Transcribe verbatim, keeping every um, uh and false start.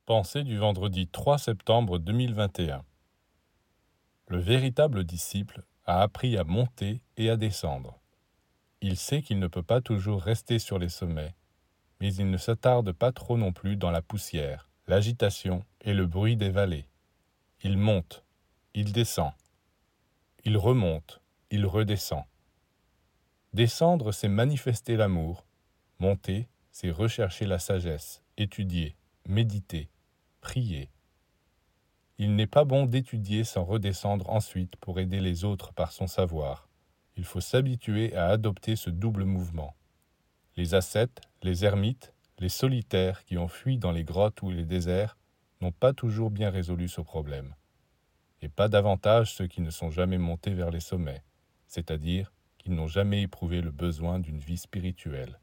Pensée du vendredi trois septembre deux mille vingt et un. Le véritable disciple a appris à monter et à descendre. Il sait qu'il ne peut pas toujours rester sur les sommets, mais il ne s'attarde pas trop non plus dans la poussière, l'agitation et le bruit des vallées. Il monte, il descend, il remonte, il redescend. Descendre, c'est manifester l'amour. Monter, c'est rechercher la sagesse, étudier, méditer, prier. Il n'est pas bon d'étudier sans redescendre ensuite pour aider les autres par son savoir. Il faut s'habituer à adopter ce double mouvement. Les ascètes, les ermites, les solitaires qui ont fui dans les grottes ou les déserts n'ont pas toujours bien résolu ce problème. Et pas davantage ceux qui ne sont jamais montés vers les sommets, c'est-à-dire qu'ils n'ont jamais éprouvé le besoin d'une vie spirituelle.